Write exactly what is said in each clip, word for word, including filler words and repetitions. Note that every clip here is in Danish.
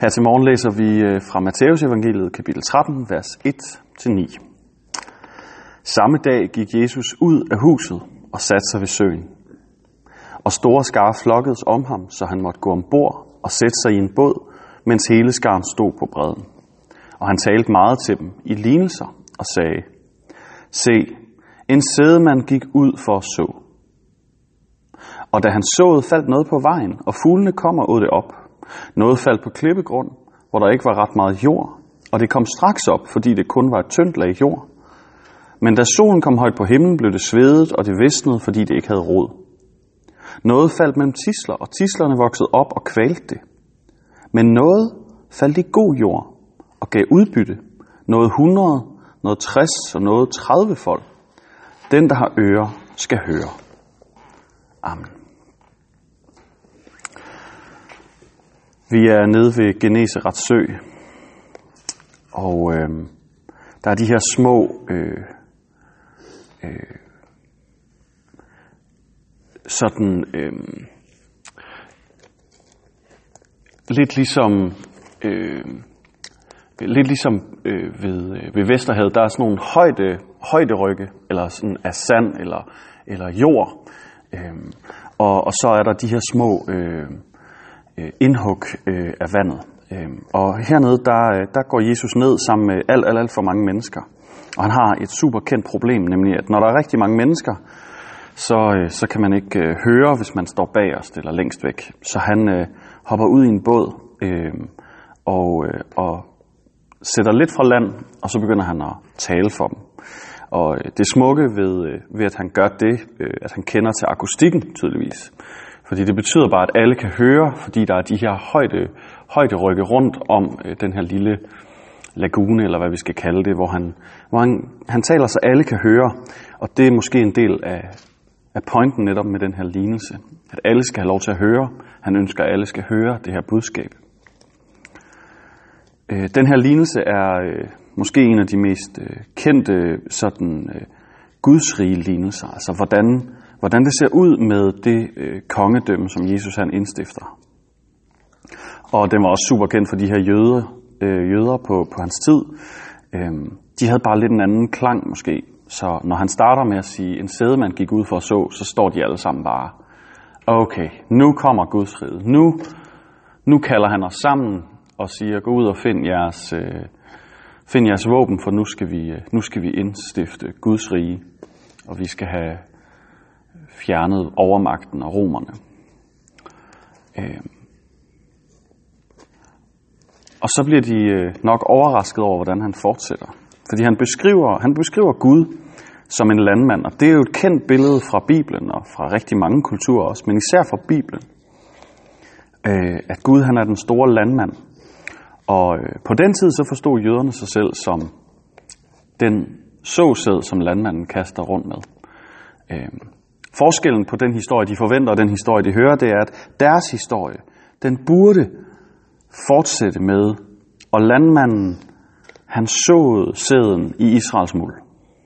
Her til morgen læser vi fra Matthæus evangeliet kapitel tretten, vers et til ni. Samme dag gik Jesus ud af huset og satte sig ved søen. Og store skare flokkedes om ham, så han måtte gå ombord og sætte sig i en båd, mens hele skaren stod på bredden. Og han talte meget til dem i lignelser og sagde: Se, en sædemand gik ud for at så. Og da han såede, faldt noget på vejen, og fuglene kom og åd det op. Noget faldt på klippegrund, hvor der ikke var ret meget jord, og det kom straks op, fordi det kun var et tyndt lag jord. Men da solen kom højt på himlen, blev det svedet, og det visnede, fordi det ikke havde rod. Noget faldt mellem tisler, og tislerne voksede op og kvalte det. Men noget faldt i god jord og gav udbytte. Noget hundrede, noget tres og noget tredive fold. Den, der har ører, skal høre. Amen. Vi er nede ved Genesaret sø, og øh, der er de her små øh, øh, sådan øh, lidt ligesom øh, lidt ligesom øh, ved, ved Vesterhavet, der er sådan nogle højde, højderygge, eller sådan af sand eller, eller jord, øh, og, og så er der de her små øh, indhug øh, af vandet. Øh, og hernede, der, der går Jesus ned sammen med alt, alt, alt for mange mennesker. Og han har et super kendt problem, nemlig at når der er rigtig mange mennesker, så, øh, så kan man ikke øh, høre, hvis man står bagerst eller længst væk. Så han øh, hopper ud i en båd øh, og, øh, og sætter lidt fra land, og så begynder han at tale for dem. Og øh, det smukke ved, øh, ved, at han gør det, øh, at han kender til akustikken tydeligvis. Fordi det betyder bare, at alle kan høre, fordi der er de her højde, højderygge rundt om øh, den her lille lagune, eller hvad vi skal kalde det, hvor han, hvor han, han taler, så alle kan høre. Og det er måske en del af, af pointen netop med den her lignelse. At alle skal have lov til at høre. Han ønsker, at alle skal høre det her budskab. Øh, den her lignelse er øh, måske en af de mest øh, kendte sådan øh, gudsrige lignelser. Altså hvordan... Hvordan det ser ud med det øh, kongedømme, som Jesus han indstifter. Og den var også super kendt for de her jøder, øh, jøder på, på hans tid. Øhm, de havde bare lidt en anden klang måske. Så når han starter med at sige, en sædemand gik ud for at så, så står de alle sammen bare, okay, nu kommer Guds rige. Nu, nu kalder han os sammen og siger, gå ud og find jeres, øh, find jeres våben, for nu skal, vi, nu skal vi indstifte Guds rige. Og vi skal have fjernet overmagten og romerne. Øh. Og så bliver de nok overrasket over, hvordan han fortsætter. Fordi han beskriver, han beskriver Gud som en landmand, og det er jo et kendt billede fra Bibelen, og fra rigtig mange kulturer også, men især fra Bibelen. Øh, at Gud han er den store landmand. Og øh, på den tid så forstod jøderne sig selv som den såsæd, som landmanden kaster rundt med. Øh. Forskellen på den historie, de forventer, og den historie, de hører, det er, at deres historie, den burde fortsætte med, og landmanden, han såede sæden i Israels muld.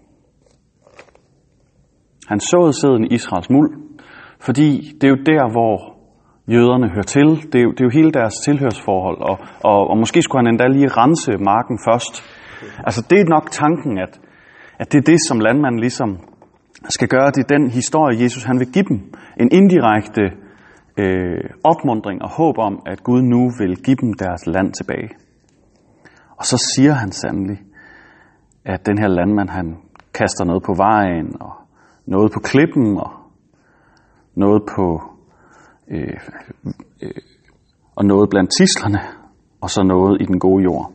Han såede sæden i Israels muld, fordi det er jo der, hvor jøderne hører til. Det er jo, det er jo hele deres tilhørsforhold, og, og, og måske skulle han endda lige rense marken først. Altså det er nok tanken, at, at det er det, som landmanden ligesom skal gøre. Det er den historie, Jesus han vil give dem. En indirekte øh, opmuntring og håb om, at Gud nu vil give dem deres land tilbage. Og så siger han sandelig, at den her landmand, han kaster noget på vejen, og noget på klippen, og noget på øh, øh, og noget blandt tislerne, og så noget i den gode jord.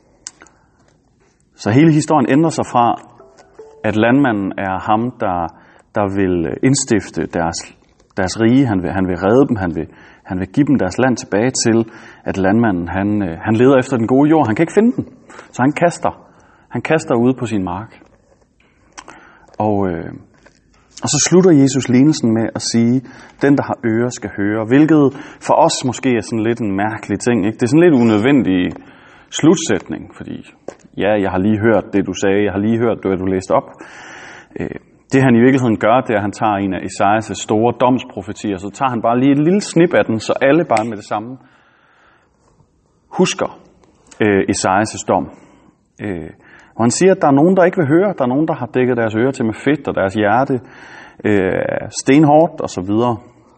Så hele historien ændrer sig fra, at landmanden er ham, der, der vil indstifte deres, deres rige. Han vil, han vil redde dem, han vil, han vil give dem deres land tilbage til, at landmanden han, han leder efter den gode jord. Han kan ikke finde den, så han kaster. Han kaster ude på sin mark. Og, øh, og så slutter Jesus lignelsen med at sige, den der har ører skal høre, hvilket for os måske er sådan lidt en mærkelig ting. Ikke? Det er sådan lidt unødvendig slutsætning, fordi ja, jeg har lige hørt det, du sagde, jeg har lige hørt det, du læste op. Det han i virkeligheden gør, det er, at han tager en af Esajas store domsprofetier, så tager han bare lige et lille snip af den, så alle bare med det samme husker øh, Esajas dom. Øh, og han siger, at der er nogen, der ikke vil høre. Der er nogen, der har dækket deres ører til med fedt, og deres hjerte øh, stenhårdt og så videre.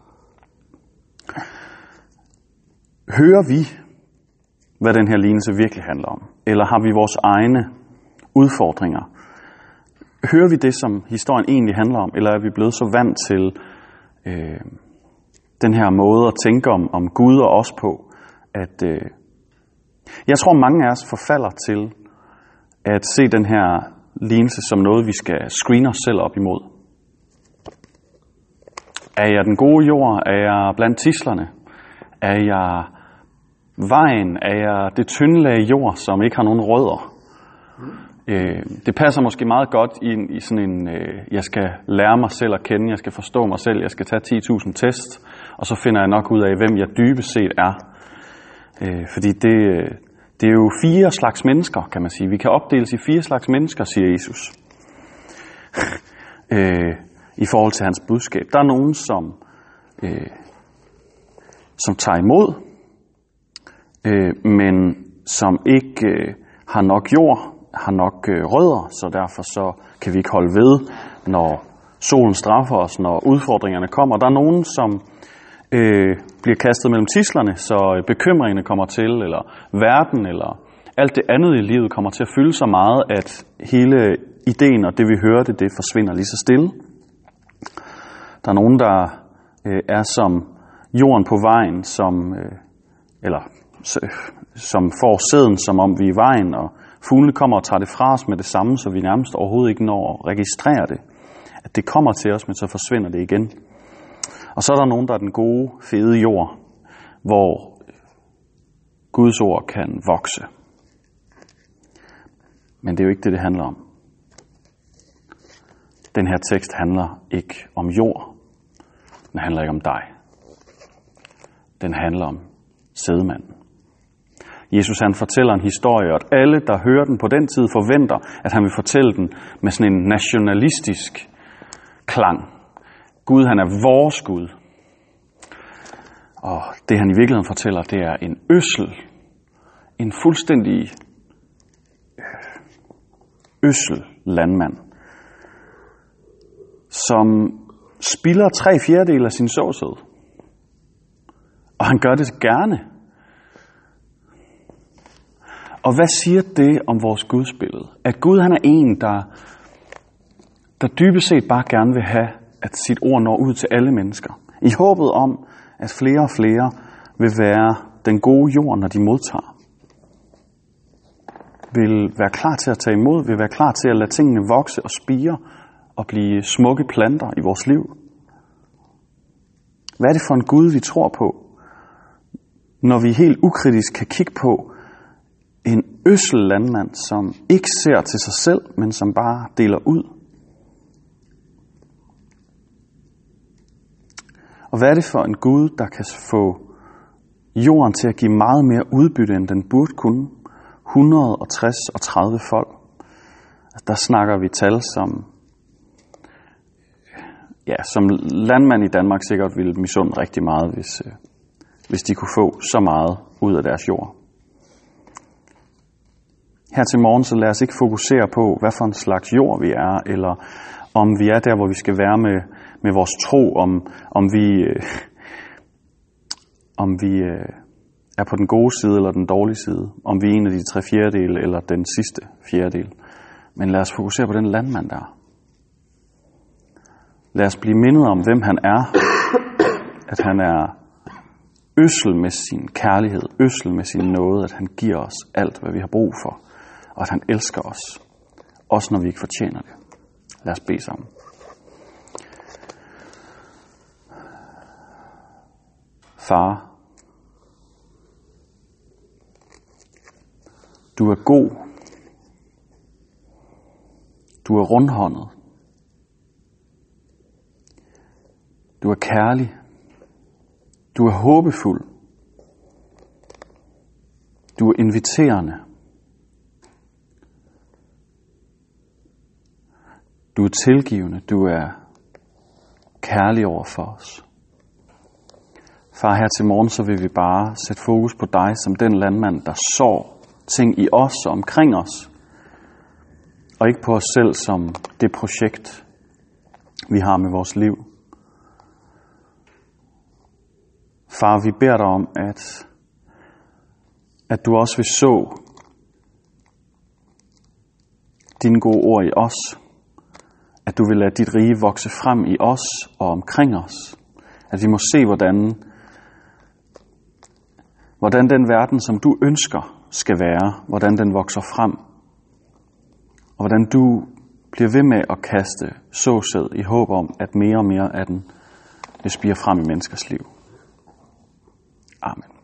Hører vi, hvad den her lignelse virkelig handler om? Eller har vi vores egne udfordringer? Hører vi det, som historien egentlig handler om? Eller er vi blevet så vant til øh, den her måde at tænke om, om Gud og os på, at øh, jeg tror, mange af os forfalder til at se den her lignelse som noget, vi skal screene os selv op imod. Er jeg den gode jord? Er jeg blandt tidslerne? Er jeg vejen? Er jeg det tynde lag jord, som ikke har nogen rødder? Øh, det passer måske meget godt ind i sådan en, øh, jeg skal lære mig selv at kende, jeg skal forstå mig selv, jeg skal tage ti tusind test, og så finder jeg nok ud af, hvem jeg dybest set er. Øh, fordi det, det er jo fire slags mennesker, kan man sige. Vi kan opdeles i fire slags mennesker, siger Jesus. øh, I forhold til hans budskab. Der er nogen, som, øh, som tager imod, øh, men som ikke øh, har nok jord, har nok øh, rødder, så derfor så kan vi ikke holde ved, når solen straffer os, når udfordringerne kommer. Der er nogen, som øh, bliver kastet mellem tidslerne, så bekymringerne kommer til, eller verden, eller alt det andet i livet kommer til at fylde så meget, at hele ideen og det, vi hørte, det forsvinder lige så stille. Der er nogen, der øh, er som jorden på vejen, som, øh, eller, øh, som får sæden, som om vi er i vejen, og fuglene kommer og tager det fra os med det samme, så vi nærmest overhovedet ikke når at registrere det. At det kommer til os, men så forsvinder det igen. Og så er der nogen, der er den gode, fede jord, hvor Guds ord kan vokse. Men det er jo ikke det, det handler om. Den her tekst handler ikke om jord. Den handler ikke om dig. Den handler om sædemanden. Jesus han fortæller en historie, og at alle, der hører den på den tid, forventer, at han vil fortælle den med sådan en nationalistisk klang. Gud, han er vores Gud. Og det, han i virkeligheden fortæller, det er en ødsel. En fuldstændig ødsel landmand, som spilder tre fjerdedele af sin såsæd. Og han gør det gerne. Og hvad siger det om vores gudsbillede? At Gud han er en, der, der dybest set bare gerne vil have, at sit ord når ud til alle mennesker. I håbet om, at flere og flere vil være den gode jord, når de modtager. Vil være klar til at tage imod, vil være klar til at lade tingene vokse og spire og blive smukke planter i vores liv. Hvad er det for en Gud, vi tror på, når vi helt ukritisk kan kigge på en ødsel landmand, som ikke ser til sig selv, men som bare deler ud? Og hvad er det for en Gud, der kan få jorden til at give meget mere udbytte, end den burde kunne? et hundrede og tres og tredive folk. Der snakker vi tal, som, ja, som landmand i Danmark sikkert ville misunde rigtig meget, hvis, hvis de kunne få så meget ud af deres jord. Her til morgen, så lad os ikke fokusere på, hvad for en slags jord vi er, eller om vi er der, hvor vi skal være med, med vores tro, om, om vi, øh, om vi øh, er på den gode side eller den dårlige side, om vi er en af de tre fjerdedele eller den sidste fjerdedel. Men lad os fokusere på den landmand der. Lad os blive mindet om, hvem han er, at han er ødsel med sin kærlighed, ødsel med sin nåde, at han giver os alt, hvad vi har brug for, og at han elsker os, også når vi ikke fortjener det. Lad os bede sammen. Far, du er god. Du er rundhåndet. Du er kærlig. Du er håbefuld. Du er inviterende. Du er tilgivende. Du er kærlig over for os. Far, her til morgen, så vil vi bare sætte fokus på dig som den landmand, der sår ting i os og omkring os, og ikke på os selv som det projekt, vi har med vores liv. Far, vi beder dig om, at, at du også vil så dine gode ord i os, at du vil lade dit rige vokse frem i os og omkring os, at vi må se, hvordan, hvordan den verden, som du ønsker, skal være, hvordan den vokser frem, og hvordan du bliver ved med at kaste såsæd i håb om, at mere og mere af den vil spire frem i menneskers liv. Amen.